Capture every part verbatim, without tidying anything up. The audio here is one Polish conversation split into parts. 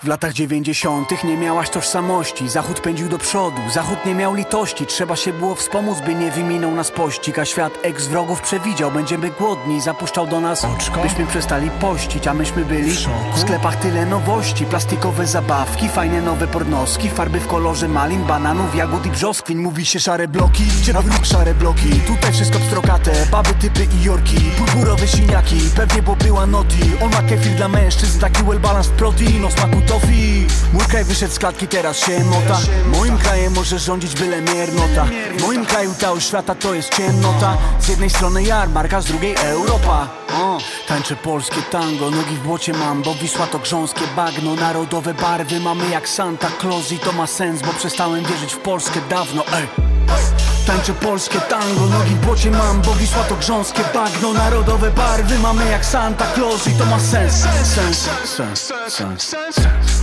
W latach dziewięćdziesiątych nie miałaś tożsamości. Zachód pędził do przodu, Zachód nie miał litości. Trzeba się było wspomóc, by nie wyminął nas pościg. A świat ex-wrogów przewidział, będziemy głodni. Zapuszczał do nas oczko, byśmy przestali pościć. A myśmy byli w, w sklepach tyle nowości. Plastikowe zabawki, fajne nowe pornoski. Farby w kolorze malin, bananów, jagód i brzoskwin. Mówi się szare bloki, gdzie na wróg szare bloki. Tutaj wszystko pstrokate, baby, typy i jorki. Purpurowe siniaki, pewnie bo była noti. On ma kefir dla mężczyzn, taki well balanced protein o smaku tofi. Mój kraj wyszedł z klatki, teraz się mota. Moim krajem może rządzić byle miernota. W moim kraju ta oświata to jest ciemnota. Z jednej strony jarmark, a z drugiej Europa. O, tańczę polskie tango, nogi w błocie mam, bo Wisła to grząskie bagno. Narodowe barwy mamy jak Santa Claus i to ma sens, bo przestałem wierzyć w Polskę dawno, ej. Tańczę polskie tango, nogi w błocie mam, bo Wisła to grząskie bagno. Narodowe barwy mamy jak Santa Claus i to ma sens. Sens, sens, sens, sens.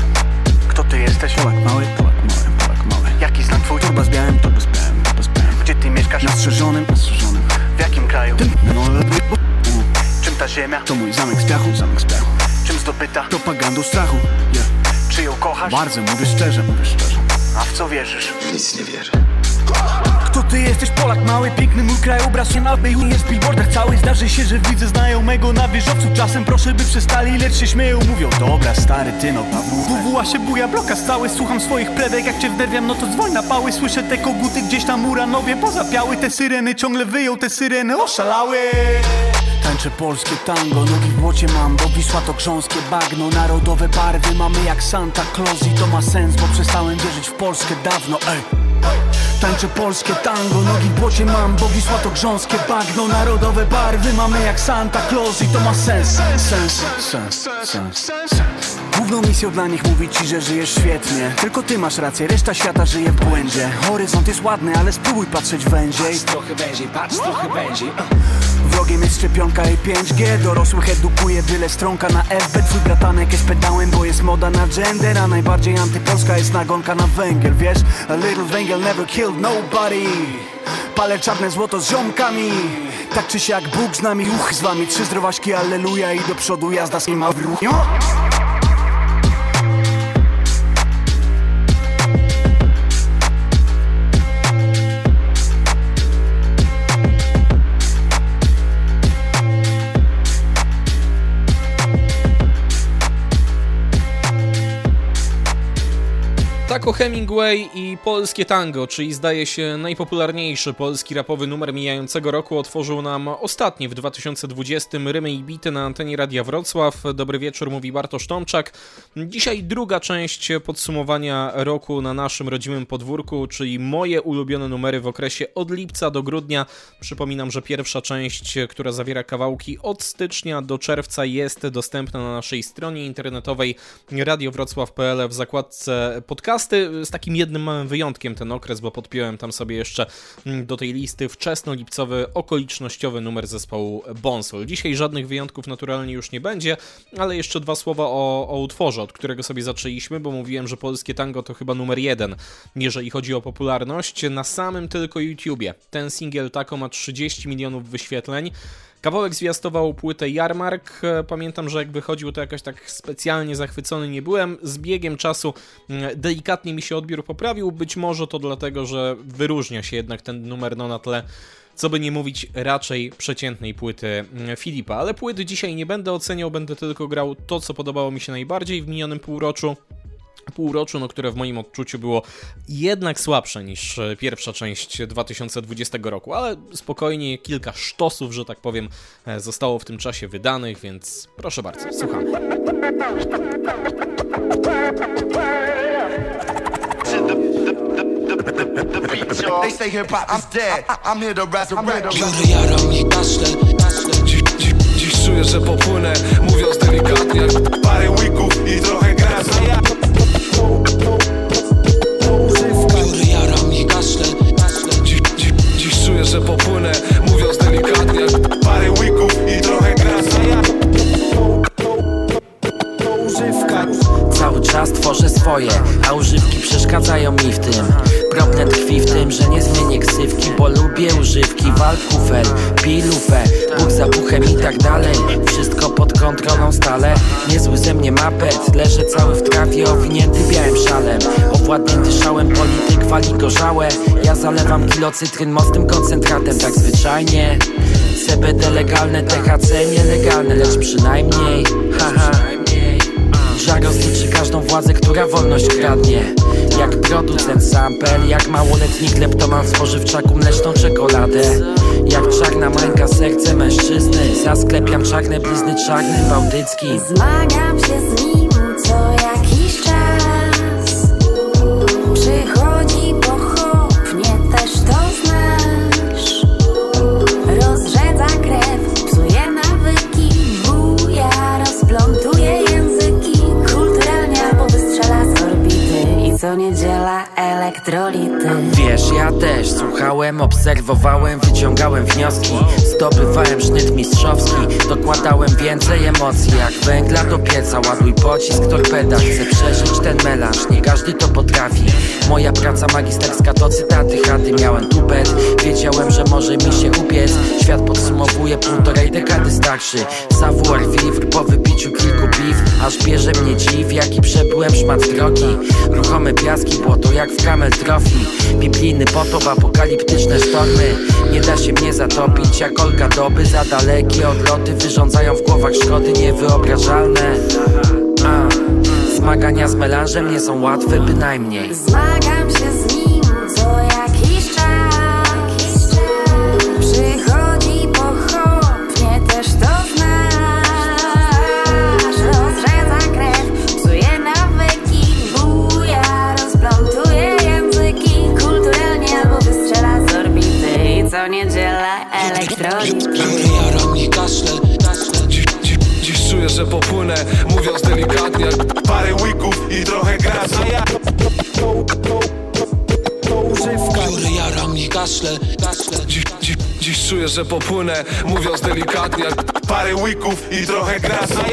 Kto ty jesteś? Polak mały, Polak mały, Polak mały. Jaki znak twój? Torba z białym, torba z białym, torba z białym. Gdzie ty mieszkasz? Na strzeżonym, na strzeżonym. W jakim kraju? Tym, no lepiej. Czym ta ziemia? To mój zamek z piachu, zamek z piachu. Czym zdobyta? Propagandą strachu, yeah. Czy ją kochasz? Bardzo, mówię szczerze, mówię szczerze. A w co wierzysz? Nic nie wierzę. Kto ty jesteś? Polak mały, piękny mój krajobraz się na był jest w billboardach cały. Zdarzy się, że widzę znajomego na wieżowcu. Czasem proszę by przestali, lecz się śmieją. Mówią, dobra stary, ty no W W A się buja, blokas cały. Słucham swoich plebek, jak cię wnerwiam, no to dzwoń na pały. Słyszę te koguty gdzieś tam Muranowie pozapiały. Te syreny ciągle wyją, te syreny oszalały. Tańczę polskie tango, nogi w błocie mam, bo Wisła to grząskie bagno. Narodowe barwy mamy jak Santa Claus i to ma sens, bo przestałem wierzyć w Polskę dawno, ej. Tańczę polskie tango, nogi w błocie mam, bo Wisła to grząskie bagno. Narodowe barwy mamy jak Santa Claus i to ma sens. Sens, sens, sens, sens. Główną misją dla nich mówić ci, że żyjesz świetnie. Tylko ty masz rację, reszta świata żyje w błędzie. Horyzont jest ładny, ale spróbuj patrzeć węziej. Patrz trochę węziej, patrz trochę węziej. Wrogiem jest szczepionka i pięć G. Dorosłych edukuje byle stronka na F B. Twój bratanek jest pedałem, bo jest moda na gender. A najbardziej antypolska jest nagonka na węgiel, wiesz? A little węgiel never killed nobody. Palę czarne złoto z ziomkami. Tak czy siak Bóg z nami, uch z wami. Trzy zdrowaśki, alleluja i do przodu jazda z kim Taco Hemingway i polskie tango, czyli zdaje się najpopularniejszy polski rapowy numer mijającego roku, otworzył nam ostatni w dwa tysiące dwudziestym Rymy i bity na antenie Radia Wrocław. Dobry wieczór, mówi Bartosz Tomczak. Dzisiaj druga część podsumowania roku na naszym rodzimym podwórku, czyli moje ulubione numery w okresie od lipca do grudnia. Przypominam, że pierwsza część, która zawiera kawałki od stycznia do czerwca, jest dostępna na naszej stronie internetowej radiowrocław kropka p l w zakładce podcast. Z takim jednym małym wyjątkiem ten okres, bo podpiąłem tam sobie jeszcze do tej listy wczesnolipcowy, okolicznościowy numer zespołu Bonsol. Dzisiaj żadnych wyjątków naturalnie już nie będzie, ale jeszcze dwa słowa o, o utworze, od którego sobie zaczęliśmy, bo mówiłem, że polskie tango to chyba numer jeden, jeżeli chodzi o popularność, na samym tylko YouTubie. Ten singiel Taco ma trzydzieści milionów wyświetleń. Kawałek zwiastował płytę Jarmark. Pamiętam, że jak wychodził, to jakoś tak specjalnie zachwycony nie byłem. Z biegiem czasu delikatnie mi się odbiór poprawił. Być może to dlatego, że wyróżnia się jednak ten numer no na tle, co by nie mówić, raczej przeciętnej płyty Filipa. Ale płyty dzisiaj nie będę oceniał, będę tylko grał to, co podobało mi się najbardziej w minionym półroczu. Półroczu, no, które w moim odczuciu było jednak słabsze niż pierwsza część dwa tysiące dwudziestego roku, ale spokojnie kilka sztosów, że tak powiem, zostało w tym czasie wydanych, więc proszę bardzo, słuchamy. Dziś czuję, że popłynę, mówiąc delikatnie. Parę weeków i trochę grasa. Biorę, jaram i kaszlę. Dziś, dziś, dziś czuję, że popłynę, mówiąc delikatnie. Parę weeków i trochę grasa. Cały czas tworzę swoje, a używki przeszkadzają mi w tym. Problem tkwi w tym, że nie zmienię ksywki, bo lubię używki. Walkufer, pilufę, Bóg za buchem i tak dalej. Wszystko pod kontrolą stale. Niezły ze mnie mapet, leżę cały w trawie, owinięty białym szalem. Owładnięty szałem, polityk wali gorzałe. Ja zalewam kilo cytryn mocnym koncentratem, tak zwyczajnie. C B D legalne, T H C nielegalne, lecz przynajmniej haha. Żar rozliczy każdą władzę, która wolność kradnie. Jak producent sampel, jak małoletni kleptoman stworzy w czaku mleczną czekoladę. Jak czarna mańka serce mężczyzny, zasklepiam czarne blizny czarnym bałtyckim. Zmagam się z nim co jakiś czas. Przychodzi pochopnie, też to znasz. Rozrzedza krew, psuje nawyki, buja, rozplątuje języki. Kulturalnie albo wystrzela z orbity. I co niedziela elektrolity. Wiesz, ja też słuchałem, obserwowałem, wyciągałem wnioski. Zdobywałem sznyt mistrzowski, dokładałem więcej emocji. Jak węgla do pieca, ładuj pocisk, torpeda. Chcę przeżyć ten melanż, nie każdy to potrafi. Moja praca magisterska to cytaty, chaty. Miałem tupet, wiedziałem, że może mi się upiec. Świat podsumowuje półtorej dekady starszy. Savoir vivre po wypiciu kilku piw. Aż bierze mnie dziw, jaki przebyłem szmat drogi. Ruchome piaski, błoto jak w Camel Trophy. Biblijny potop, apokaliptyczne sztormy. Nie da się mnie zatopić jak Olga doby. Za dalekie odloty wyrządzają w głowach szkody niewyobrażalne. A, zmagania z melanżem nie są łatwe bynajmniej. Zmagam się z nim co jakiś czas. Przychodzi pochopnie, też to znasz. Rozrzedza krew, psuje nawyki, buja, rozplątuje języki. Kulturalnie albo wystrzela z orbity. I co niedziela elektrolity. Jaram i kaszle. Dziś, dziś, dziś czuję, że popłynę, mówiąc delikatnie. Parę wików i trochę grasa. Biorę, jaram i kaszle. Dziś, dziś, dziś czuję, że popłynę, mówiąc delikatnie. Parę wików i trochę grasa.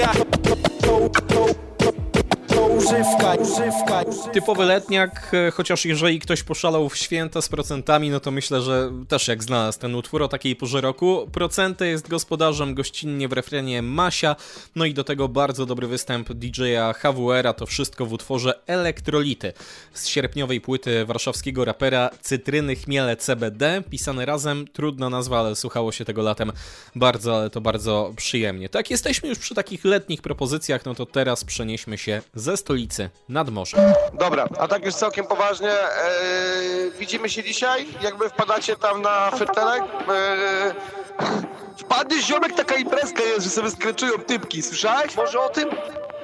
Typowy letniak, chociaż jeżeli ktoś poszalał w święta z procentami, no to myślę, że też jak znalazł ten utwór o takiej porze roku. Procenty jest gospodarzem, gościnnie w refrenie Masia, no i do tego bardzo dobry występ D J-a H W R-a, to wszystko w utworze Elektrolity z sierpniowej płyty warszawskiego rapera Cytryny, Chmiele, C B D, pisane razem, trudna nazwa, ale słuchało się tego latem bardzo, ale to bardzo przyjemnie. Tak, jesteśmy już przy takich letnich propozycjach, no to teraz przenieśmy się ze stolicy nad morze. Dobra, a tak już całkiem poważnie, ee, widzimy się dzisiaj? Jakby wpadacie tam na fyrtelek? Ee, wpadnie ziomek, taka imprezka jest, że sobie skreczują typki, słyszałeś? Może o tym?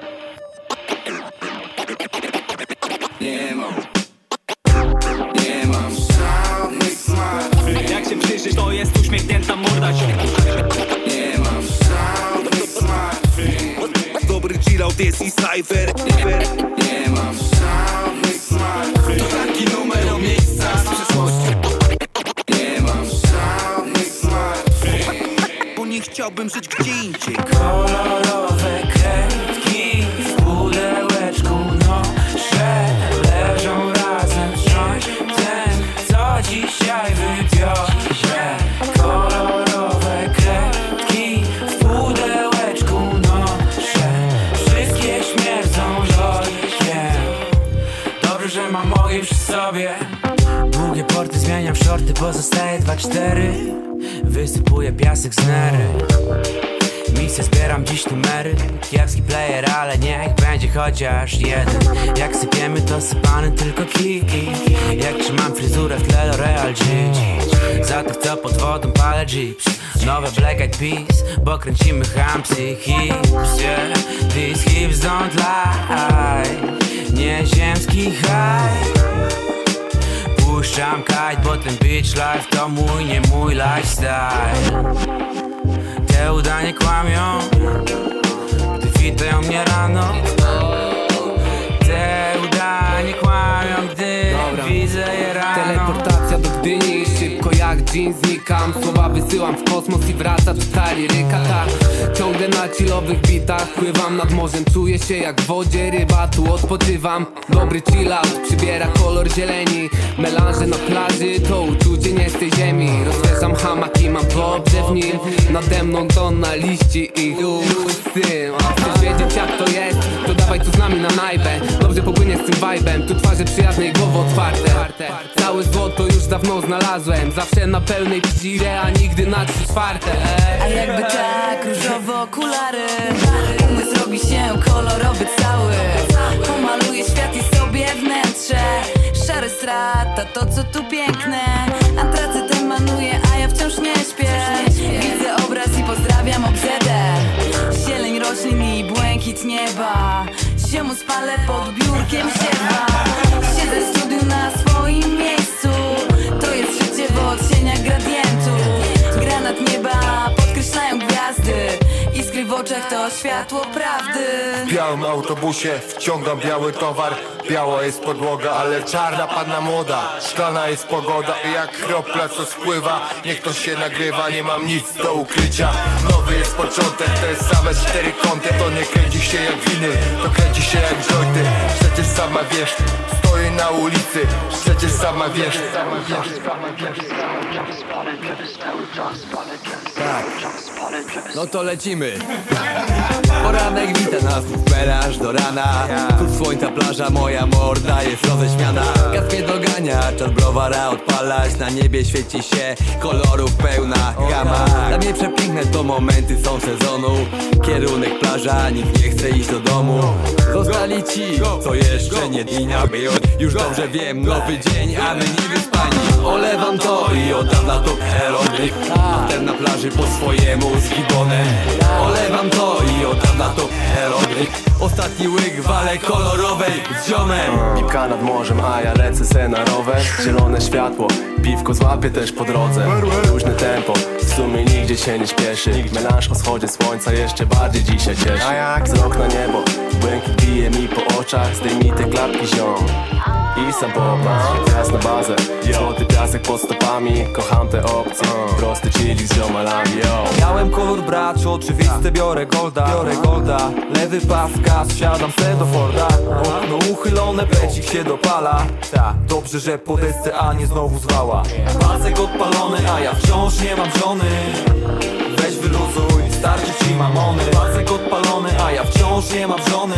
Nie mam. Nie mam żadnych smaków. Jak się przyjrzysz, to jest uśmiechnięta morda. Nie mam żadnych smaków. Dobry chillout jest i cypher. Nie mam żadnych smaków. To taki numer o miejscach z przeszłości. Nie mam żadnych smaków. Bo nie chciałbym żyć gdzie indziej. Kolorowe kredki w pudełeczku noszę. Leżą razem wciąż ten, co dzisiaj wybiorę. Kolorowe kredki w pudełeczku noszę. Wszystkie śmierdzą żołkiem. Dobrze, że mam ogień przy sobie. Długie porty zmieniam w shorty, pozostaje dwa cztery. Wysypuję piasek z nery. Misję zbieram dziś numery. Kiepski player, ale niech będzie chociaż jeden. Jak sypiemy, to sypany tylko kij. Jak trzymam fryzurę w tle L'Oreal G. Za tych, co pod wodą palę jeeps. Nowe Black Eyed Peas, bo kręcimy hampsy hips, yeah. These hips don't lie. Nieziemski high. Puszczam kite, bo ten beach life to mój, nie mój lifestyle. Te udanie kłamią, gdy witają mnie rano. Te udanie kłamią, gdy Dobra. widzę je rano. Teleportacja do Gdyni, szybko jak dzień znikam. Słowa wysyłam w kosmos i wraca ta liryka, ta. Ciągle na chillowych bitach pływam nad morzem, czuję się jak w wodzie ryba, tu odpoczywam. Dobry chill out, przybiera kolor zieleni. Melanże na plaży, to uczucie nie z tej ziemi. Rozwieszam hamak i mam dobrze w nim. Nade mną tona liści i już z tym. A chcesz wiedzieć jak to jest, to dawaj tu z nami na najbę. Dobrze popłynie z tym vibe'em, tu twarze przyjazne i głowy otwarte. Całe złoto już dawno znalazłem, zawsze na pełnej pdzirę, a nigdy na trzy czwarte. A jakby tak, różowe okulary, umysł robi się kolorowy cały. Pomaluję świat i sobie wnętrze. Szary strata, to co tu piękne. Antracyt emanuje, a ja wciąż nie śpię. Widzę obraz i pozdrawiam obsedę. Zieleń roślin i błękit nieba. Ziemu spalę pod biurkiem siewa. Siedzę w studiu na swoim miejscu. To jest życie w odcieniach gradientu. Granat nieba podkreślają gwiazdy. Iskry w oczach to światło prawdy. W białym autobusie wciągam biały towar. Biała jest podłoga, ale czarna panna młoda. Szklana jest pogoda i jak kropla co spływa. Niech to się nagrywa, nie mam nic do ukrycia. Nowy jest początek, to jest same cztery kąty. To nie kręci się jak winy, to kręci się jak jointy. Przecież sama wiesz, stoję na ulicy. Przecież sama wiesz. Tak, no to lecimy. Poranek wita nas, melanż do rana. Kurs słońca, plaża, moja morda jest roześmiana. Gaz mnie dogania, czas browara odpalać. Na niebie świeci się kolorów pełna gama. Dla mnie przepiękne to momenty są sezonu. Kierunek plaża, nikt nie chce iść do domu. Zostali ci, co jeszcze nie dnia był. Już dobrze wiem, nowy dzień, a my nie wyspani. Olewam to i oddam na to erony. After na plaży po swojemu z gibonem. Olewam to i oddam na to erony. Ostatni łyk wale kolorowej z ziomem. Pipka nad morzem, a ja lecę se na rower. Zielone światło, piwko złapię też po drodze. Luźne tempo, w sumie nigdzie się nie śpieszy. Melanż o wschodzie słońca jeszcze bardziej dzisiaj cieszy. A jak wzrok na niebo, błękit bije mi po oczach. Zdejmij te klapki ziom i sam popatrz. Gwiazd na bazę, złoty piasek pod stopami. Kocham te opcje, prosty chillik z ziomalami, yo. Miałem kolor braczu, oczywiste, biorę golda, biorę golda. Lewy pas, gaz, wsiadam se do Forda. Okno uchylone, becik się dopala. Ta, dobrze, że po desce, a nie znowu zwała. Pasek odpalony, a ja wciąż nie mam żony. Weź wyluzuj, starczy ci mamony. Pasek odpalony, a ja wciąż nie mam żony.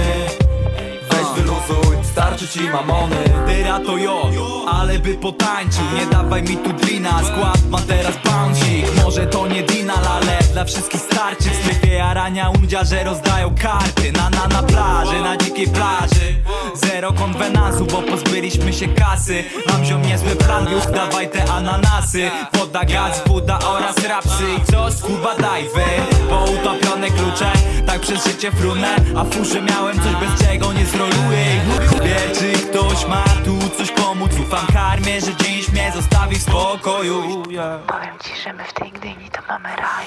Weź wyluzuj, starczy ci mamony. Tyra to jo, ale by potańczył. Nie dawaj mi tu drina, skład ma teraz bouncik. Może to nie dinal, ale dla wszystkich starczy. W strefie jarania umdzia, że rozdają karty. Na na na plaży, na dzikiej plaży. Zero konwenansu, bo pozbyliśmy się kasy. Mam ziom niezły plan, już dawaj te ananasy. Woda, gaz, woda oraz rapsy. I co? Scuba diver, po utopione klucze. Tak przez życie frunę, a w furze miałem coś, bez czego nie zroluję. Wie, czy ktoś ma tu coś pomóc. Ufam karmie, że dziś mnie zostawi w spokoju. Yeah. Powiem ci, że my w tej Gdyni to mamy raj.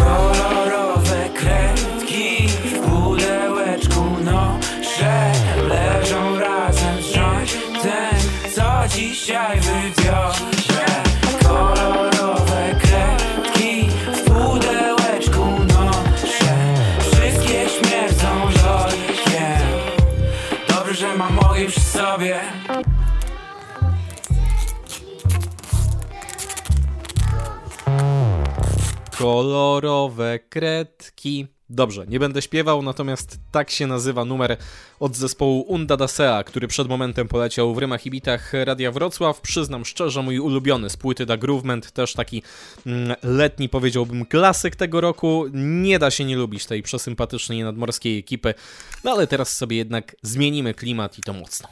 Kolorowe kredki w pudełeczku noszę. Leżą razem z jointem, co dzisiaj wybiorę. Kolorowe kredki w pudełeczku noszę. Wszystkie śmierdzą żołkiem. Dobrze, że mam moje przy sobie. Kolorowe kredki. Dobrze, nie będę śpiewał, natomiast tak się nazywa numer od zespołu Unda Dasea, który przed momentem poleciał w rymach i bitach Radia Wrocław. Przyznam szczerze, mój ulubiony z płyty Da Groovement, też taki mm, letni, powiedziałbym, klasyk tego roku. Nie da się nie lubić tej przesympatycznej nadmorskiej ekipy, no ale teraz sobie jednak zmienimy klimat i to mocno.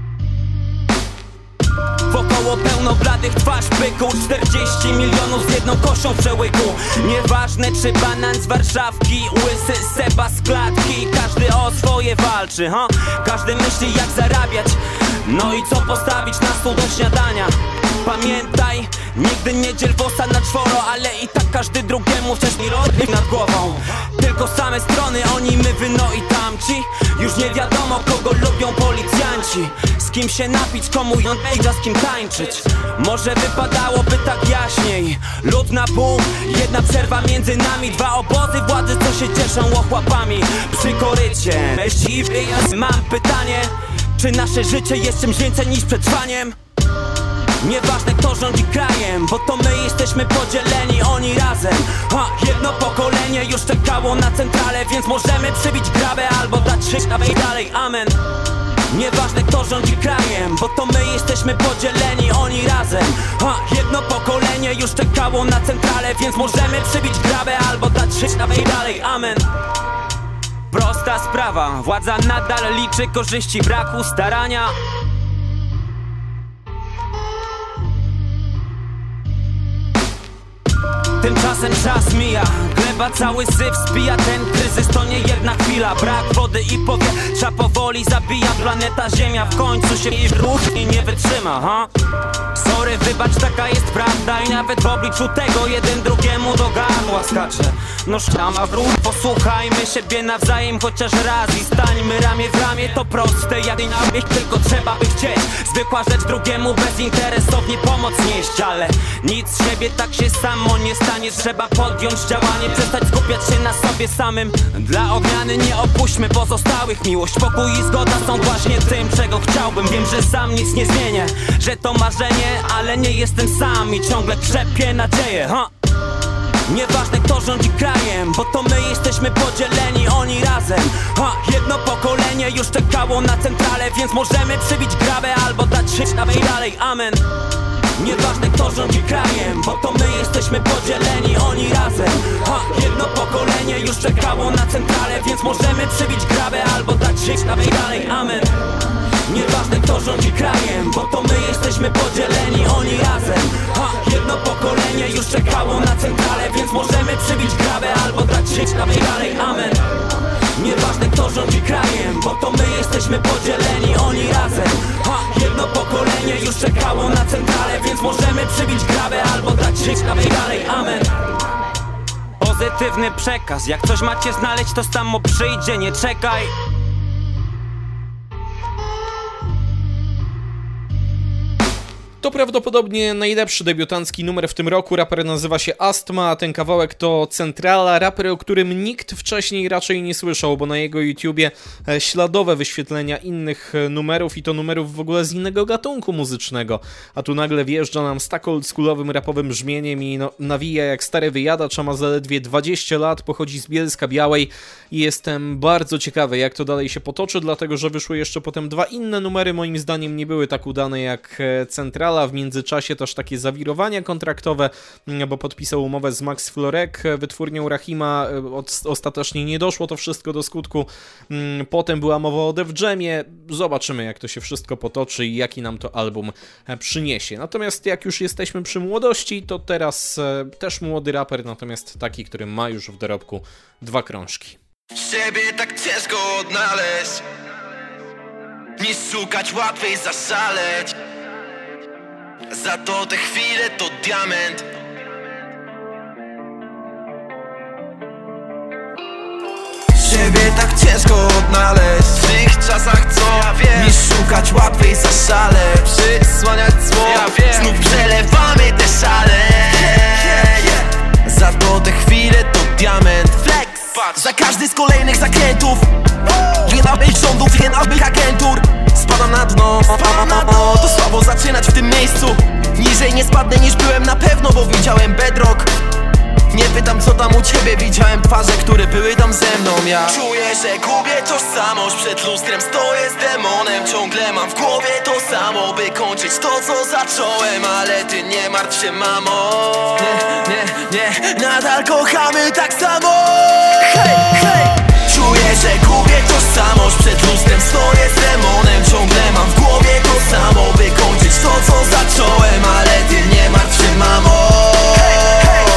Wokoło pełno bladych twarz byków, czterdzieści milionów z jedną jedną kością w przełyku. Nieważne czy banan z Warszawki, łysy Seba z klatki. Każdy o swoje walczy, ha? Każdy myśli jak zarabiać. No i co postawić na stół do śniadania. Pamiętaj, nigdy nie dziel wosa na czworo, ale i tak każdy drugiemu wcześniej rodnik nad głową. Tylko same strony, oni, my, wy, no i tamci. Już nie wiadomo kogo lubią policjanci. Z kim się napić, komu ją a z kim tańczyć. Może wypadałoby tak jaśniej. Lud na pół, jedna przerwa między nami. Dwa obozy władzy, co się cieszą ochłapami przy korycie. Mam pytanie, czy nasze życie jest czymś więcej niż przetrwaniem? Nieważne kto rządzi krajem, bo to my jesteśmy podzieleni, oni razem. Ha, jedno pokolenie już czekało na centralę, więc możemy przybić grabę albo dać żyć nawet dalej, amen. Nieważne kto rządzi krajem, bo to my jesteśmy podzieleni, oni razem. Ha, jedno pokolenie już czekało na centralę, więc możemy przybić grabę albo dać żyć nawet dalej, amen. Prosta sprawa, władza nadal liczy korzyści braku starania. Tymczasem czas mija, gleba cały syf spija. Ten kryzys to nie jedna chwila. Brak wody i powietrza powoli zabija. Planeta Ziemia w końcu się ruch i nie wytrzyma, ha? Sorry, wybacz, taka jest prawda. I nawet w obliczu tego jeden drugiemu do gardła skacze. No sztama w ruch, posłuchajmy siebie nawzajem chociaż raz i stańmy ramię w ramię. To proste, jak i na mich, tylko trzeba by chcieć. Zwykła rzecz drugiemu bezinteresownie pomoc nieść. Ale nic z siebie tak się samo nie stanie. Trzeba podjąć działanie, przestać skupiać się na sobie samym. Dla odmiany nie opuśćmy pozostałych. Miłość, pokój i zgoda są właśnie tym, czego chciałbym. Wiem, że sam nic nie zmienię, że to marzenie, ale nie jestem sam i ciągle trzepię nadzieję, ha? Nieważne kto rządzi krajem, bo to my jesteśmy podzieleni, oni razem. Ha, jedno pokolenie już czekało na centralę, więc możemy przybić grabę albo dać żyć nawet dalej, amen. Nieważne kto rządzi krajem, bo to my jesteśmy podzieleni, oni razem. Ha, jedno pokolenie już czekało na centralę, więc możemy przybić grabę albo dać żyć nawet dalej, amen. Nieważne kto rządzi krajem, bo to my jesteśmy podzieleni, oni razem. Ha, jedno pokolenie już czekało na centralę, więc możemy przybić grabę albo dać żyć nawet dalej, amen. Nieważne kto rządzi krajem, bo to my jesteśmy podzieleni, oni razem. Ha, jedno pokolenie już czekało na centralę, więc możemy przybić grabę albo dać żyć nawet dalej, amen. Pozytywny przekaz, jak coś macie znaleźć, to samo przyjdzie, nie czekaj. To prawdopodobnie najlepszy debiutancki numer w tym roku. Raper nazywa się Astma, a ten kawałek to Centrala, raper, o którym nikt wcześniej raczej nie słyszał, bo na jego YouTubie śladowe wyświetlenia innych numerów i to numerów w ogóle z innego gatunku muzycznego. A tu nagle wjeżdża nam z tak oldschoolowym rapowym brzmieniem i no, nawija jak stary wyjadacz, a ma zaledwie dwadzieścia lat, pochodzi z Bielska Białej i jestem bardzo ciekawy, jak to dalej się potoczy, dlatego że wyszły jeszcze potem dwa inne numery, moim zdaniem nie były tak udane jak Centrala. W międzyczasie też takie zawirowania kontraktowe, bo podpisał umowę z Max Florek, wytwórnią Rahima. Ostatecznie nie doszło to wszystko do skutku. Potem była mowa o Def Jamie. Zobaczymy, jak to się wszystko potoczy i jaki nam to album przyniesie. Natomiast jak już jesteśmy przy młodości, to teraz też młody raper, natomiast taki, który ma już w dorobku dwa krążki. Siebie tak ciężko odnaleźć, niż szukać, łatwiej zaszaleć. Za to te chwile to diament. Siebie tak ciężko odnaleźć w tych czasach, co ja wiem, niż szukać, łatwiej zaszaleć. Przysłaniać zło, ja wiem, znów przelewamy te szale. yeah, yeah. Za to te chwile to diament. Flex. Patrz. Za każdy z kolejnych zakrętów, nie na być rządów, nie na być agentur. Spadam na dno, spadam na dno. To słabo zaczynać w tym miejscu. Niżej nie spadnę niż byłem na pewno, bo widziałem bedrock. Nie pytam co tam u ciebie, widziałem twarze, które były tam ze mną. Ja czuję, że gubię tożsamość, przed lustrem stoję z demonem. Ciągle mam w głowie to samo, by kończyć to co zacząłem. Ale ty nie martw się, mamo. Nie, nie, nie, nadal kochamy tak samo. Hej, hej. Czuję, że gubię tożsamość, przed lustrem stoję z demonem. Ciągle mam w głowie to samo, by kończyć to co zacząłem. Ale ty nie martw się, mamo. Hej, hej.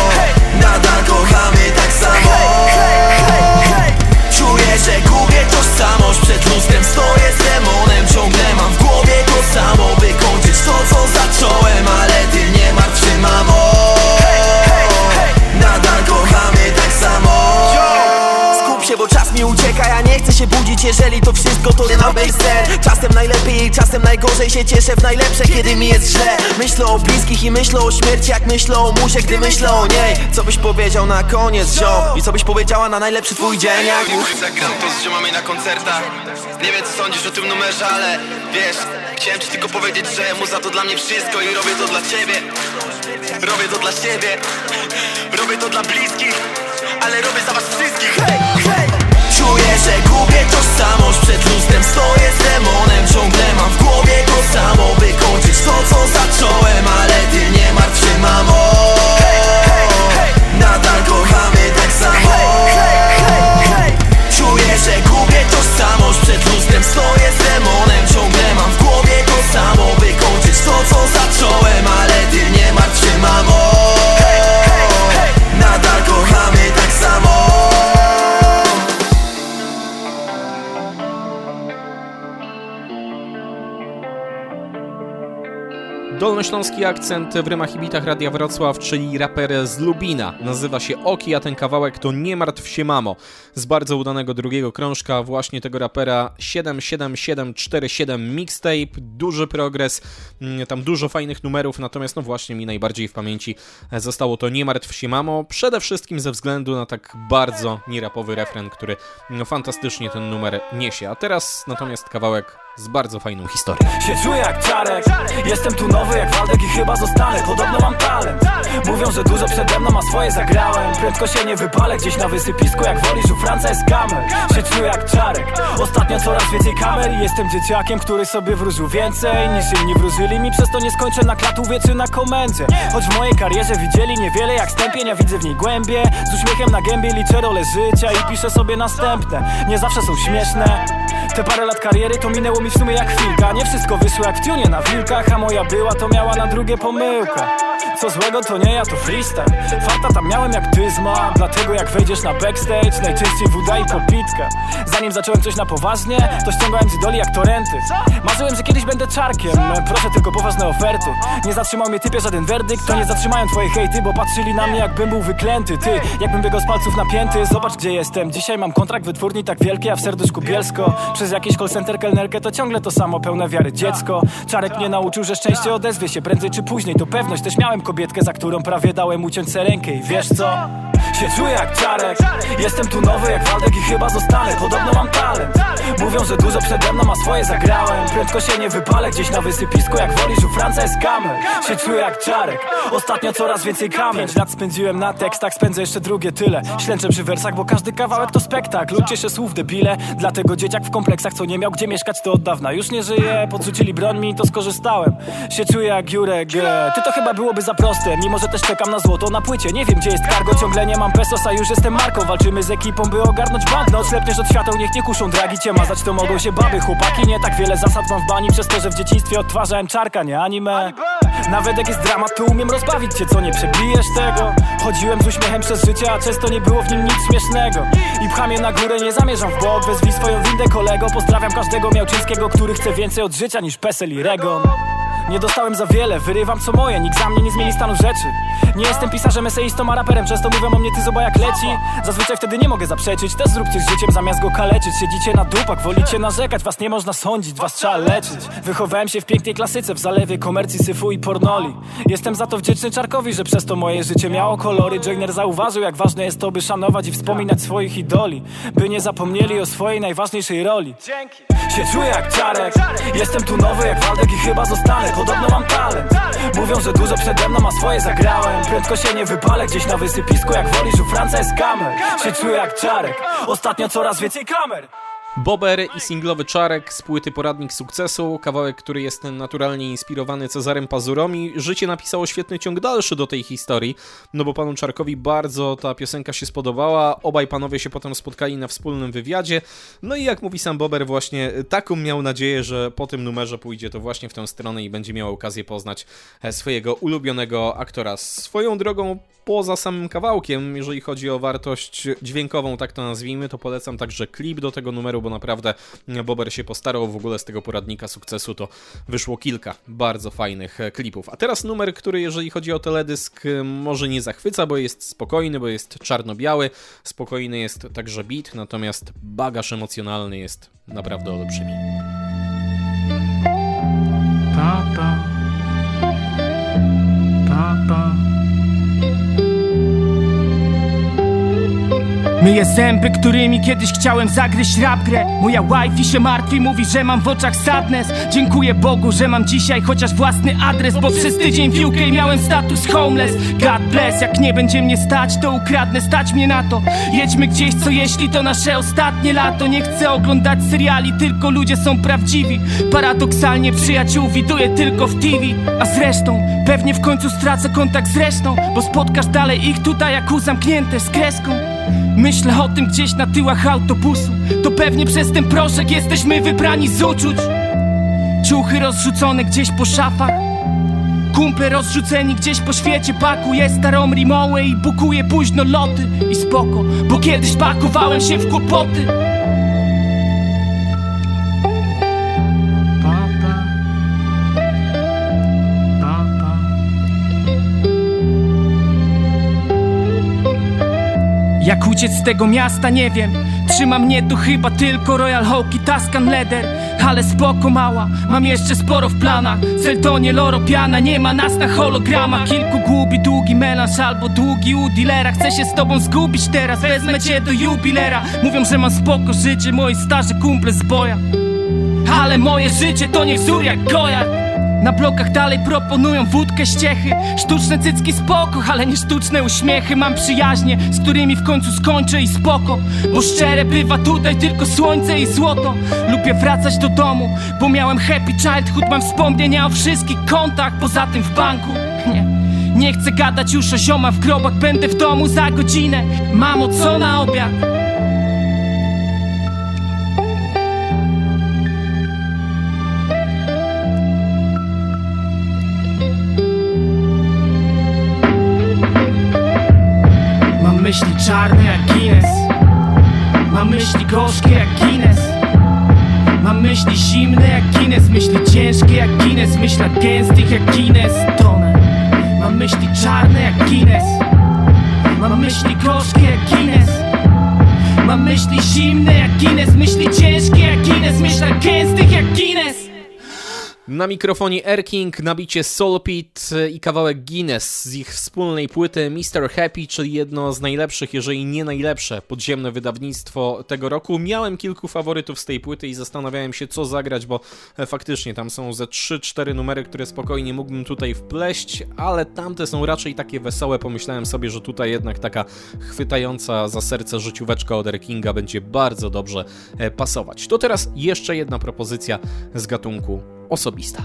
Nie chcę się budzić, jeżeli to wszystko to nie na sen. Czasem najlepiej, czasem najgorzej, się cieszę w najlepsze, kiedy mi jest źle. Myślę o bliskich i myślę o śmierci, jak myślę o muzie, gdy myślę o niej. Co byś powiedział na koniec, ziom? I co byś powiedziała na najlepszy twój dzień, jak już zagram to z ziomami na koncertach. Nie wiem co sądzisz o tym numerze, ale wiesz, chciałem ci tylko powiedzieć, że muza to dla mnie wszystko i robię to dla ciebie. Robię to dla siebie, robię to dla bliskich, ale robię za was wszystkich. Hej, hej! Czuję, że gubię tożsamość, przed lustrem stoję z demonem. Ciągle mam w głowie to samo, by kończyć to co zacząłem. Ale ty nie martw się, mamo, hej, hej, hej! Nadal kochamy tak samo, hej, hej, hej! Czuję, że gubię tożsamość, przed lustrem stoję z demonem. Ciągle mam w głowie to samo, by kończyć to co zacząłem. Ale ty nie martw się, mamo, hej, hej, hej! Nadal kochamy tak samo. Dolnośląski akcent w rymach i bitach Radia Wrocław, czyli raper z Lubina. Nazywa się Oki, a ten kawałek to Nie martw się, mamo. Z bardzo udanego drugiego krążka właśnie tego rapera siedem siedem siedem cztery siedem Mixtape. Duży progres, tam dużo fajnych numerów, natomiast no właśnie mi najbardziej w pamięci zostało to Nie martw się, mamo. Przede wszystkim ze względu na tak bardzo nierapowy refren, który no, fantastycznie ten numer niesie. A teraz natomiast kawałek z bardzo fajną historią. Się czuję jak Czarek, jestem tu nowy jak Waldek i chyba zostanę. Podobno mam talent, mówią, że dużo przede mną, a swoje zagrałem. Prędko się nie wypalę gdzieś na wysypisku, jak wolisz, u Franca jest kamer. Się czuję jak Czarek, ostatnio coraz więcej kamer i jestem dzieciakiem, który sobie wróżył więcej niż inni wróżyli mi. Przez to nie skończę na klatówie czy na komendzie. Choć w mojej karierze widzieli niewiele jak stępień, ja widzę w niej głębie. Z uśmiechem na gębie liczę role życia i piszę sobie następne. Nie zawsze są śmieszne. Te parę lat kariery to minęło mi w sumie jak chwilka. Nie wszystko wyszło jak w tunie na wilkach, a moja była to miała na drugie pomyłka. Co złego to nie ja, to freestyle. Farta tam miałem jak dyzma, dlatego jak wejdziesz na backstage najczęściej woda i popitka. Zanim zacząłem coś na poważnie, to ściągałem z idoli jak torenty. Marzyłem, że kiedyś będę czarkiem, proszę tylko poważne oferty. Nie zatrzymał mnie typie żaden werdykt, to nie zatrzymają twoje hejty, bo patrzyli na mnie jakbym był wyklęty. Ty, jakbym biegał z palców napięty, zobacz gdzie jestem. Dzisiaj mam kontrakt wytwórni tak wielki, a w serduszku Bielsko. Przez jakiś call center kelnerkę to ciągle to samo, pełne wiary dziecko. Czarek mnie nauczył, że szczęście odezwie się prędzej czy później, to pewność. Też miałem kobietkę, za którą prawie dałem uciąć se rękę i wiesz co? Się czuję jak Czarek, jestem tu nowy jak Waldek i chyba zostanę. Podobno mam talent, mówią, że dużo przede mną, a swoje zagrałem. Prędko się nie wypalę gdzieś na wysypisku, jak wolisz, u Franca jest kamer. Się czuję jak Czarek, ostatnio coraz więcej kamer. Pięć lat spędziłem na tekstach, spędzę jeszcze drugie tyle. Ślęczę przy wersach, bo każdy kawałek to spektakl. Ludzie się słów debile, dlatego dzieciak w kompleksach, co nie miał gdzie mieszkać, to od dawna już nie żyje. Podrzucili broń mi, to skorzystałem. Się czuję jak Jurek, ty to chyba byłoby za proste. Mimo, że też czekam na złoto na płycie. Nie wiem gdzie jest cargo, ciągle nie mam pesos, a już jestem marką. Walczymy z ekipą, by ogarnąć banknot. Ślepniesz od świateł, niech nie kuszą dragi. Cię mazać to mogą się baby, chłopaki. Nie tak wiele zasad mam w bani, przez to, że w dzieciństwie odtwarzałem Czarka, nie anime. Nawet jak jest dramat, to umiem rozbawić cię, co nie przebijesz tego. Chodziłem z uśmiechem przez życie, a często nie było w nim nic śmiesznego. I pcham je na górę, nie zamierzam w bok. Wezwij swoją windę, kolego. Pozdrawiam każdego Miałczyńskiego, który chce więcej od życia niż Pesel i Regon. Nie dostałem za wiele, wyrywam co moje, nikt za mnie nie zmieni stanu rzeczy. Nie jestem pisarzem, eseistą, a raperem, często mówią o mnie ty zoba jak leci. Zazwyczaj wtedy nie mogę zaprzeczyć, też zróbcie z życiem zamiast go kaleczyć. Siedzicie na dupach, wolicie narzekać, was nie można sądzić, was trzeba leczyć. Wychowałem się w pięknej klasyce, w zalewie komercji, syfu i pornoli. Jestem za to wdzięczny Czarkowi, że przez to moje życie miało kolory. Joyner zauważył, jak ważne jest to, by szanować i wspominać swoich idoli, by nie zapomnieli o swojej najważniejszej roli. Się czuję jak Czarek, jestem tu nowy jak Waldek i chyba zostanę. Podobno mam talent, mówią, że dużo przede mną, a swoje zagrałem. Prędko się nie wypalę gdzieś na wysypisku, jak wolisz, u Franca jest kamer. Się czuję jak Czarek, ostatnio coraz więcej kamer. Bober i singlowy Czarek z płyty Poradnik Sukcesu, kawałek, który jest naturalnie inspirowany Cezarem Pazurą i życie napisało świetny ciąg dalszy do tej historii, no bo panu Czarkowi bardzo ta piosenka się spodobała, obaj panowie się potem spotkali na wspólnym wywiadzie, no i jak mówi sam Bober, właśnie taką miał nadzieję, że po tym numerze pójdzie to właśnie w tę stronę i będzie miał okazję poznać swojego ulubionego aktora. Swoją drogą poza samym kawałkiem, jeżeli chodzi o wartość dźwiękową, tak to nazwijmy, to polecam także klip do tego numeru, bo naprawdę Bober się postarał. W ogóle z tego poradnika sukcesu to wyszło kilka bardzo fajnych klipów. A teraz numer, który jeżeli chodzi o teledysk może nie zachwyca, bo jest spokojny, bo jest czarno-biały, spokojny jest także beat, natomiast bagaż emocjonalny jest naprawdę olbrzymi. Papa, papa. Myję zęby, którymi kiedyś chciałem zagryźć rap grę. Moja wifi się martwi, mówi, że mam w oczach sadness. Dziękuję Bogu, że mam dzisiaj chociaż własny adres, bo przez tydzień w U K miałem status homeless. God bless, jak nie będzie mnie stać, to ukradnę, stać mnie na to. Jedźmy gdzieś, co jeśli to nasze ostatnie lato. Nie chcę oglądać seriali, tylko ludzie są prawdziwi. Paradoksalnie przyjaciół widuję tylko w T V. A zresztą, pewnie w końcu stracę kontakt z resztą, bo spotkasz dalej ich tutaj jak u zamknięte z kreską. Myślę o tym gdzieś na tyłach autobusu. To pewnie przez ten proszek jesteśmy wybrani z uczuć. Ciuchy rozrzucone gdzieś po szafach, kumple rozrzuceni gdzieś po świecie. Pakuję starą rimołę i bukuję późno loty. I spoko, bo kiedyś pakowałem się w kłopoty. Papa, papa. Jak uciec z tego miasta, nie wiem. Trzyma mnie tu chyba tylko Royal Oak i Tuscan Leather. Ale spoko mała, mam jeszcze sporo w planach. Celtonie, Loro, piana, nie ma nas na hologramach. Kilku gubi, długi melanż albo długi u dealera. Chcę się z tobą zgubić teraz, wezmę cię do jubilera. Mówią, że mam spoko życie, moi starzy kumple z boja. Ale moje życie to nie wzór jak Gojar. Na blokach dalej proponują wódkę, ściechy. Sztuczne cycki spoko, ale nie sztuczne uśmiechy. Mam przyjaźnie, z którymi w końcu skończę i spoko, bo szczere bywa tutaj tylko słońce i złoto. Lubię wracać do domu, bo miałem happy childhood. Mam wspomnienia o wszystkich kątach, poza tym w banku. Nie, nie chcę gadać już o ziomach w grobach. Będę w domu za godzinę. Mamo, co na obiad? Mam myśli czarne jak Guinness, mam myśli gorzkie jak Guinness. Mam myśli zimne jak Guinness, myśli ciężkie jak Guinness, myślach gęstych jak Guinness. Tonę. Mam myśli czarne jak Guinness, mam myśli gorzkie jak Guinness. Mam myśli zimne jak Guinness, myśli ciężkie jak Guinness, myślach gęstych jak Guinness. Na mikrofonie Erking, na bicie Soul Pit i kawałek Guinness z ich wspólnej płyty mister Happy, czyli jedno z najlepszych, jeżeli nie najlepsze podziemne wydawnictwo tego roku. Miałem kilku faworytów z tej płyty i zastanawiałem się, co zagrać, bo faktycznie tam są ze trzy cztery numery, które spokojnie mógłbym tutaj wpleść, ale tamte są raczej takie wesołe. Pomyślałem sobie, że tutaj jednak taka chwytająca za serce życióweczka od Erkinga będzie bardzo dobrze pasować. To teraz jeszcze jedna propozycja z gatunku osobista.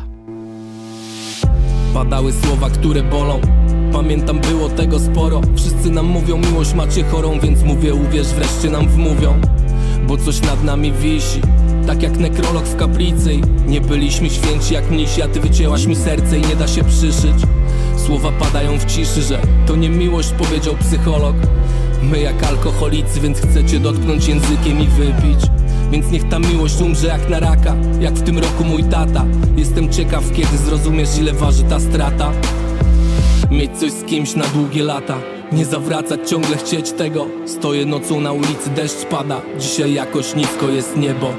Padały słowa, które bolą. Pamiętam, było tego sporo. Wszyscy nam mówią, miłość macie chorą, więc mówię, uwierz, wreszcie nam wmówią. Bo coś nad nami wisi, tak jak nekrolog w kaplicy. Nie byliśmy święci jak mnisi, a ty wycięłaś mi serce i nie da się przyszyć. Słowa padają w ciszy, że to nie miłość, powiedział psycholog. My jak alkoholicy, więc chcecie dotknąć językiem i wypić. Więc niech ta miłość umrze jak na raka, jak w tym roku mój tata. Jestem ciekaw, kiedy zrozumiesz, ile waży ta strata. Mieć coś z kimś na długie lata, nie zawracać, ciągle chcieć tego. Stoję nocą na ulicy, deszcz pada, dzisiaj jakoś nisko jest niebo.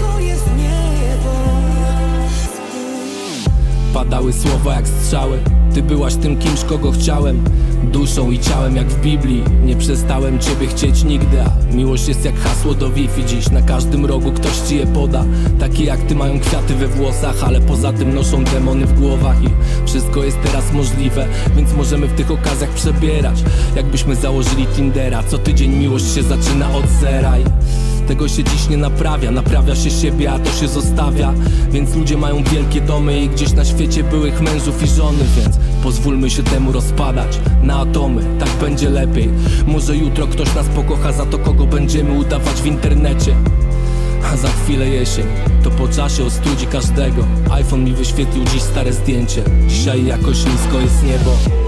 Padały słowa jak strzały, Ty byłaś tym kimś, kogo chciałem, duszą i ciałem jak w Biblii. Nie przestałem ciebie chcieć nigdy, a miłość jest jak hasło do Wi-Fi. Dziś na każdym rogu ktoś ci je poda. Takie jak ty mają kwiaty we włosach, ale poza tym noszą demony w głowach. I wszystko jest teraz możliwe, więc możemy w tych okazjach przebierać. Jakbyśmy założyli Tindera, co tydzień miłość się zaczyna od zera. I tego się dziś nie naprawia, naprawia się siebie, a to się zostawia. Więc ludzie mają wielkie domy i gdzieś na świecie byłych mężów i żony. Więc pozwólmy się temu rozpadać na atomy, tak będzie lepiej. Może jutro ktoś nas pokocha za to, kogo będziemy udawać w internecie. A za chwilę jesień, to po czasie ostudzi każdego. iPhone mi wyświetlił dziś stare zdjęcie. Dzisiaj jakoś nisko jest niebo.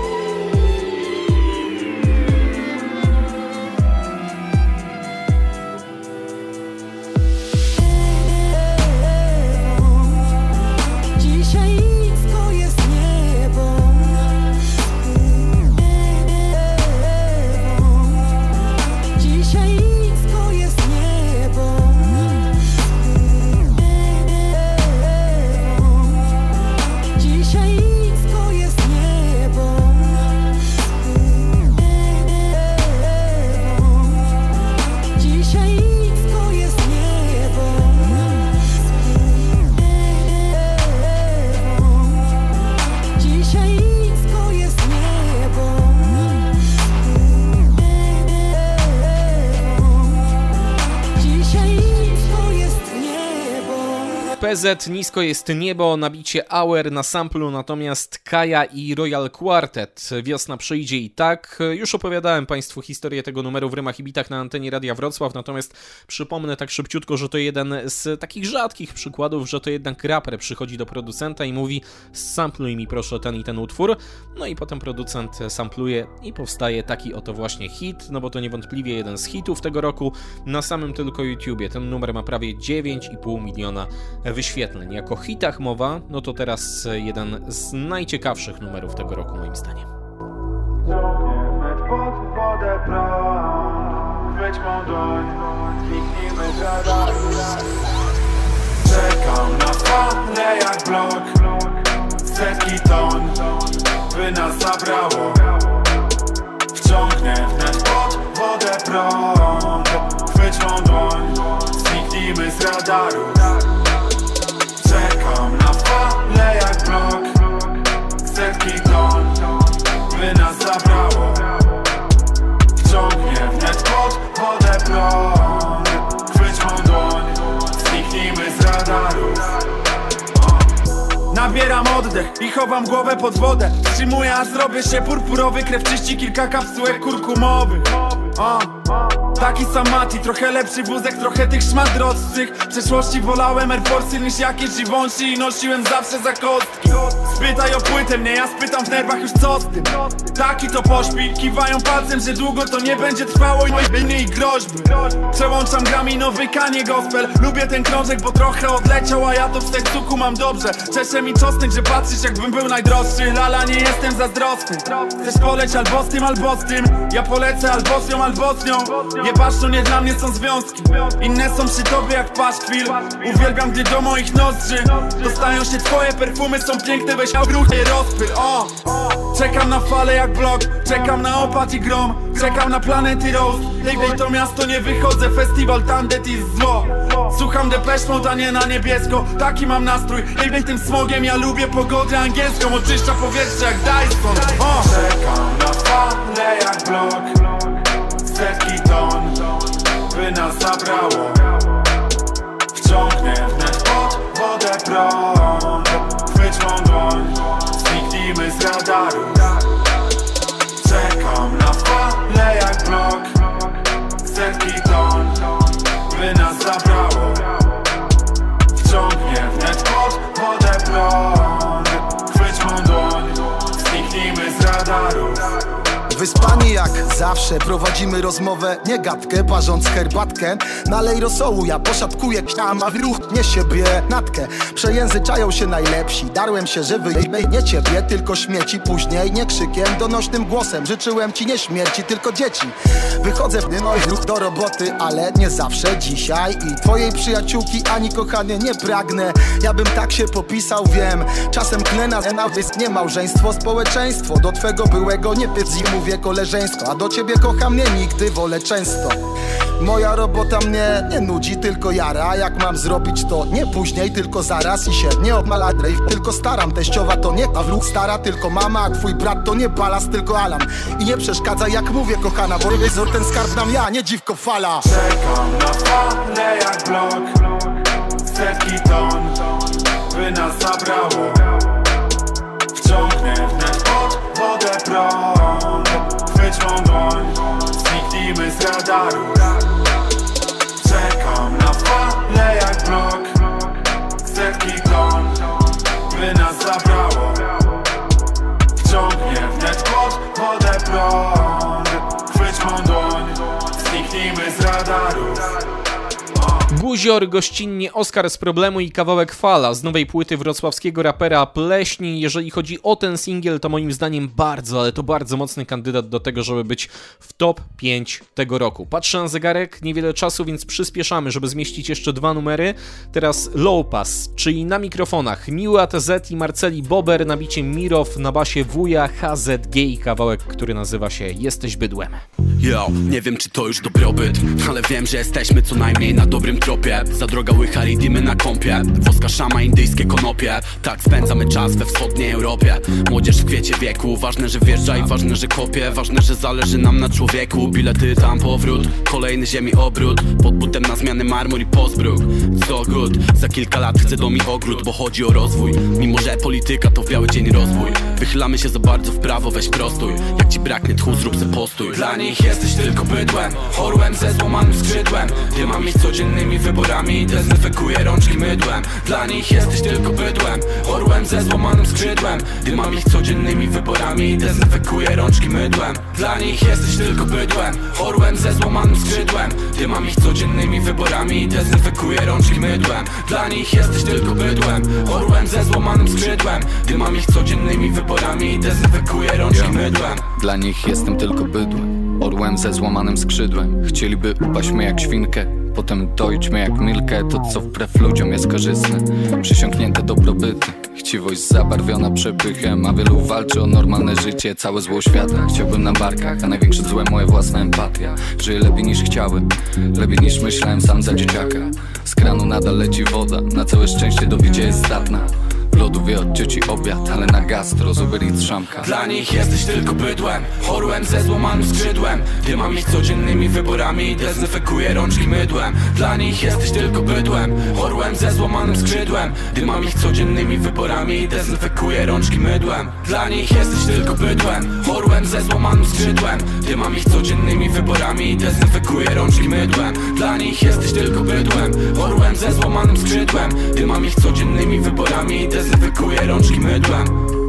P Z, Nisko jest niebo, nabicie Hour na samplu, natomiast Kaja i Royal Quartet. Wiosna przyjdzie i tak. Już opowiadałem Państwu historię tego numeru w Rymach i Bitach na antenie Radia Wrocław, natomiast przypomnę tak szybciutko, że to jeden z takich rzadkich przykładów, że to jednak raper przychodzi do producenta i mówi: sampluj mi proszę ten i ten utwór. No i potem producent sampluje i powstaje taki oto właśnie hit, no bo to niewątpliwie jeden z hitów tego roku. Na samym tylko YouTubie ten numer ma prawie dziewięć i pół miliona wyświetleń. Jako hitach mowa, no to teraz jeden z najciekawszych numerów tego roku moim zdaniem. Pod wodę prąd, chwyć mą dłoń, zniknijmy gada. Czekam na falę jak blok, setki ton, by nas zabrało. Wciągnę wnet pod wodę prąd, chwyć mą dłoń, zniknijmy z radaru. Czekam na falę jak blok, setki ton, by nas zabrało. Wciągnie wnet pod wodę prąd, chwyć mą dłoń, zniknijmy z radaru. Nabieram oddech i chowam głowę pod wodę. Wstrzymuję, aż zrobię się purpurowy. Krew czyści kilka kapsułek kurkumowych. O, taki sam Mati, trochę lepszy wózek, trochę tych szmat droższych. W przeszłości wolałem Air Force'y niż jakieś Givenchy i nosiłem zawsze za kostki. Spytaj o płytę mnie, ja spytam w nerwach już co z tym. Taki to pośpi, kiwają palcem, że długo to nie będzie trwało i moje winy i groźby. Przełączam graminowy Kanye gospel. Lubię ten krążek, bo trochę odleciał, a ja to w serduchu mam dobrze. Czeszę mi czosnek, że patrzysz jakbym był najdroższy. Lala, nie jestem zazdrosny. Chcesz poleć albo z tym, albo z tym. Ja polecę albo z nią, albo z nią. Jebaszczo, nie dla mnie są związki. Inne są przy tobie jak paszkwil. Uwielbiam, gdy do moich nozdrzy dostają się twoje perfumy, są piękne, weź gruch je rozpyl. O, czekam na falę jak blok, czekam na opad i grom, czekam na planety Rose. Hej, to miasto nie wychodzę, festiwal tandet i zło. Słucham Depeche Mode, a nie na niebiesko, taki mam nastrój. Hej, tym smogiem ja lubię pogodę angielską, oczyszcza powietrze jak Dyson. O, czekam na falę jak blok, setki ton, by nas zabrało. Wciągnie wnet pod wodę prąd, chwyć mą dłoń, zniknijmy z radaru. Czekam na falę jak blok, setki ton, by nas zabrało. Wciągnie wnet pod wodę prąd, chwyć mą dłoń, zniknijmy z radaru. Wyspani jak zawsze, prowadzimy rozmowę, nie gadkę, parząc herbatkę. Nalej rosołu, ja poszatkuję ksiam, a w ruch nie siebie natkę. Przejęzyczają się najlepsi, darłem się, że wyjmę nie ciebie, tylko śmieci. Później nie krzykiem, donośnym głosem, życzyłem ci nie śmierci, tylko dzieci. Wychodzę w dym, ruch do roboty, ale nie zawsze dzisiaj. I twojej przyjaciółki ani kochanie nie pragnę. Ja bym tak się popisał, wiem. Czasem klnę na znawys, nie małżeństwo, społeczeństwo. Do twego byłego nie piec i mówię koleżeństwo, a do ciebie kocha mnie nigdy, wolę często. Moja robota mnie nie nudzi, tylko jara. Jak mam zrobić to nie później, tylko zaraz. I się nie obmaladrę, tylko staram. Teściowa to nie, a wróg stara, tylko mama. A twój brat to nie balast, tylko Alan. I nie przeszkadza jak mówię kochana, bo rewizor ten skarb nam ja, nie dziwko fala. Czekam na falę jak blok, setki ton, by nas zabrało. Wciągnę wnet pod wodę prąd, chwyć mą dłoń, zniknijmy z radaru. Czekam na falę jak blok, setki ton, by nas zabrało. Wciągnie wnet pod wodę prąd, chwyć mą dłoń, zniknijmy z radaru. Guzior, gościnnie Oskar z Problemu i kawałek Fala z nowej płyty wrocławskiego rapera Pleśni. Jeżeli chodzi o ten singiel, to moim zdaniem bardzo, ale to bardzo mocny kandydat do tego, żeby być w top pięć tego roku. Patrzę na zegarek, niewiele czasu, więc przyspieszamy, żeby zmieścić jeszcze dwa numery. Teraz Low Pass, czyli na mikrofonach Miły A T Z i Marceli Bober, na bicie Mirow, na basie Wuja, H Z G i kawałek, który nazywa się Jesteś Bydłem. Yo, nie wiem czy to już dobrobyt, ale wiem, że jesteśmy co najmniej na dobrym tropie. Za droga łycha redeemy na kąpie, woska szama, indyjskie konopie. Tak spędzamy czas we wschodniej Europie. Młodzież w kwiecie wieku, ważne, że wjeżdża i ważne, że kopie. Ważne, że zależy nam na człowieku. Bilety tam powrót, kolejny ziemi obrót. Pod butem na zmiany marmur i pozbróg. So good, za kilka lat chcę dom i ogród, bo chodzi o rozwój. Mimo, że polityka to w biały dzień rozwój. Wychylamy się za bardzo w prawo, weź prostuj. Jak ci braknie tchu, zrób se postój. Dla nich jesteś tylko bydłem, orłem ze złamanym skrzydłem. Gdy mam ich codziennymi wyborami, dezynfekuję rączki mydłem. Dla nich jesteś tylko bydłem, orłem ze złamanym skrzydłem. Gdy mam ich codziennymi wyborami, dezynfekuję rączki mydłem. Dla nich jesteś tylko bydłem, orłem ze złamanym skrzydłem. Gdy mam ich codziennymi wyborami, dezynfekuję rączki mydłem. Dla nich jesteś tylko bydłem, orłem ze złamanym skrzydłem. Gdy mam ich codziennymi wyborami, dezynfekuję rączki mydłem. Dla nich jestem tylko bydłem, orłem ze złamanym skrzydłem. Chcieliby upaść mnie jak świnkę, potem doić mnie jak milkę. To co wbrew ludziom jest korzystne, przysiągnięte dobrobyty. Chciwość zabarwiona przepychem, a wielu walczy o normalne życie. Całe zło świata chciałbym na barkach, a największe złe moja własna empatia. Żyję lepiej niż chciałem, lepiej niż myślałem sam za dzieciaka. Z kranu nadal leci woda, na całe szczęście do picia jest zdatna. W lodówie od cioci obiad, ale na gastro z Uber Eats szamka. Dla nich jesteś tylko bydłem, orłem ze złamanym skrzydłem. Gdy mam ich codziennymi wyborami, dezynfekuję rączki mydłem. Dla nich jesteś tylko bydłem, orłem ze złamanym skrzydłem. Gdy mam ich codziennymi wyborami, dezynfekuję rączki mydłem. Dla nich jesteś tylko bydłem, orłem ze złamanym skrzydłem. Gdy mam ich codziennymi wyborami, dezynfekuję rączki mydłem. Dla nich jesteś tylko bydłem, orłem ze złamanym skrzydłem. Gdy mam ich codziennymi wyborami, dezynfekuję rączki mydłem.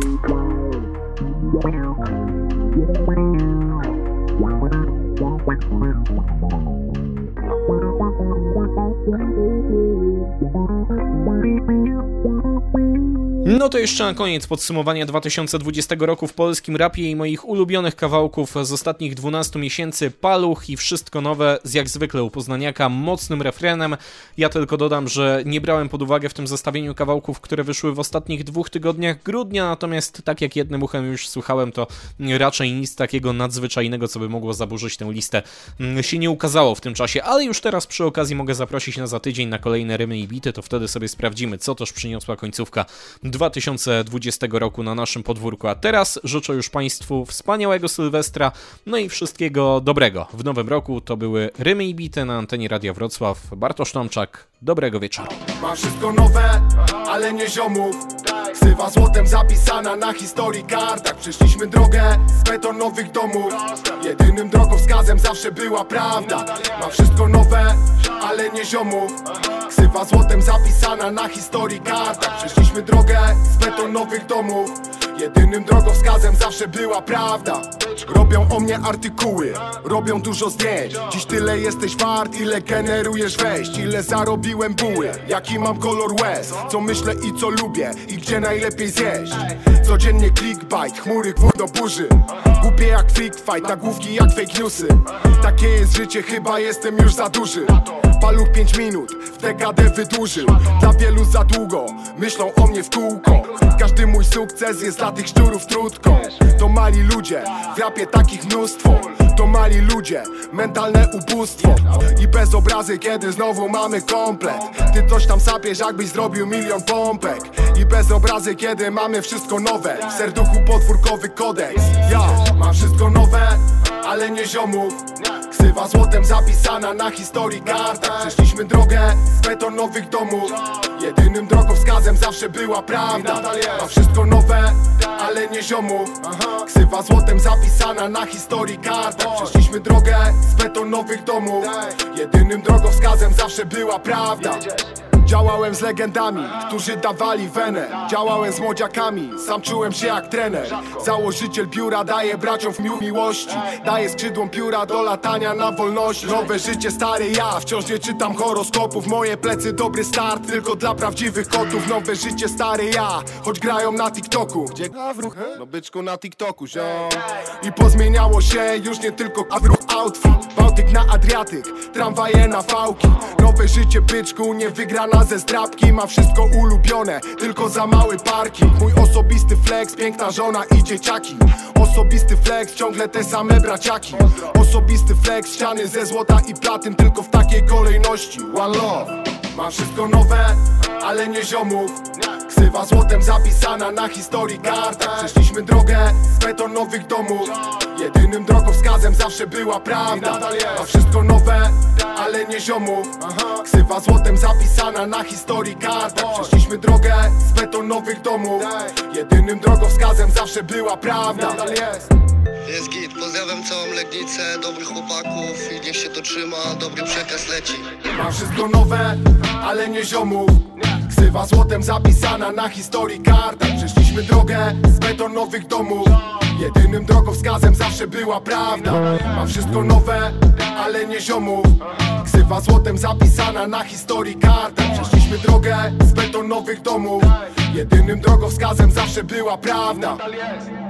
No to jeszcze na koniec podsumowania dwa tysiące dwudziestego roku w polskim rapie i moich ulubionych kawałków z ostatnich dwunastu miesięcy. Paluch i Wszystko Nowe z jak zwykle u Poznaniaka mocnym refrenem. Ja tylko dodam, że nie brałem pod uwagę w tym zestawieniu kawałków, które wyszły w ostatnich dwóch tygodniach grudnia, natomiast tak jak jednym uchem już słuchałem, to raczej nic takiego nadzwyczajnego, co by mogło zaburzyć tę listę, się nie ukazało w tym czasie, ale już teraz przy okazji mogę zaprosić na za tydzień na kolejne rymy i bity, to wtedy sobie sprawdzimy, co też przyniosła końcówka dwa tysiące dwudziestego roku na naszym podwórku. A teraz życzę już Państwu wspaniałego Sylwestra, no i wszystkiego dobrego w nowym roku. To były rymy i bity na antenie Radia Wrocław. Bartosz Tomczak, dobrego wieczoru. Mam wszystko nowe, ale nie ziomów. Ksywa złotem zapisana na historii kartach. Przeszliśmy drogę z betonowych domów. Jedynym drogowskazem zawsze była prawda. Mam wszystko nowe, ale nie ziomów. Ksywa złotem zapisana na historii kartach. Przeszliśmy drogę z betonowych domów. Jedynym drogowskazem zawsze była prawda. Robią o mnie artykuły, robią dużo zdjęć. Dziś tyle jesteś wart, ile generujesz wejść. Ile zarobiłem buły, jaki mam kolor łez. Co myślę i co lubię i gdzie najlepiej zjeść. Codziennie clickbait, chmury gwór do burzy. Głupie jak freak fight, nagłówki jak fake newsy. Takie jest życie, chyba jestem już za duży. Paluch pięć minut, w dekadę wydłużył. Dla wielu za długo, myślą o mnie w kółko. Każdy mój sukces jest dla tych szczurów trudką. To mali ludzie, w rapie takich mnóstwo. To mali ludzie, mentalne ubóstwo. I bez obrazy, kiedy znowu mamy komplet. Ty coś tam sapiesz, jakbyś zrobił milion pompek. I bez obrazy, kiedy mamy wszystko nowe. W serduchu podwórkowy kodeks. Ja mam wszystko nowe, ale nie ziomów. Ksywa złotem zapisana na historii kartach. Przeszliśmy drogę z betonowych domów. Jedynym drogowskazem zawsze była prawda. Mam wszystko nowe, ale nie ziomów. Ksywa złotem zapisana na historii kartach. Przeszliśmy drogę z betonowych domów. Jedynym drogowskazem zawsze była prawda. Działałem z legendami, którzy dawali wenę. Działałem z młodziakami, sam czułem się jak trener. Założyciel biura daje braciom w miu miłości. Daje skrzydłom pióra do latania na wolności. Nowe życie, stary ja, wciąż nie czytam horoskopów. Moje plecy dobry start, tylko dla prawdziwych kotów. Nowe życie, stary ja, choć grają na TikToku. Gdzie awruch? No byczku na TikToku, ziom. I pozmieniało się już nie tylko awruch outfit. Bałtyk na Adriatyk, tramwaje na fałki. Nowe życie, byczku, nie wygrana ze zdrabki. Ma wszystko ulubione, tylko za mały parking. Mój osobisty flex, piękna żona i dzieciaki. Osobisty flex, ciągle te same braciaki. Osobisty flex, ściany ze złota i platyn. Tylko w takiej kolejności, one love. Mam wszystko nowe, ale nie ziomów. Ksywa złotem zapisana na historii kartach. Przeszliśmy drogę z betonowych domów. Jedynym drogowskazem zawsze była prawda. Mam wszystko nowe, ale nie ziomów. Ksywa złotem zapisana na historii kartach. Przeszliśmy drogę z betonowych domów. Jedynym drogowskazem zawsze była prawda. Jest git, pozdrawiam całą Legnicę, dobrych chłopaków i niech się to trzyma, dobry przekaz leci. Mam wszystko nowe, ale nie ziomów. Ksywa złotem zapisana na historii kartach. Przeszliśmy drogę z betonowych domów. Jedynym drogowskazem zawsze była prawda. Mam wszystko nowe, ale nie ziomów. Ksywa złotem zapisana na historii kartach. Przeszliśmy drogę z betonowych domów. Jedynym drogowskazem zawsze była prawda.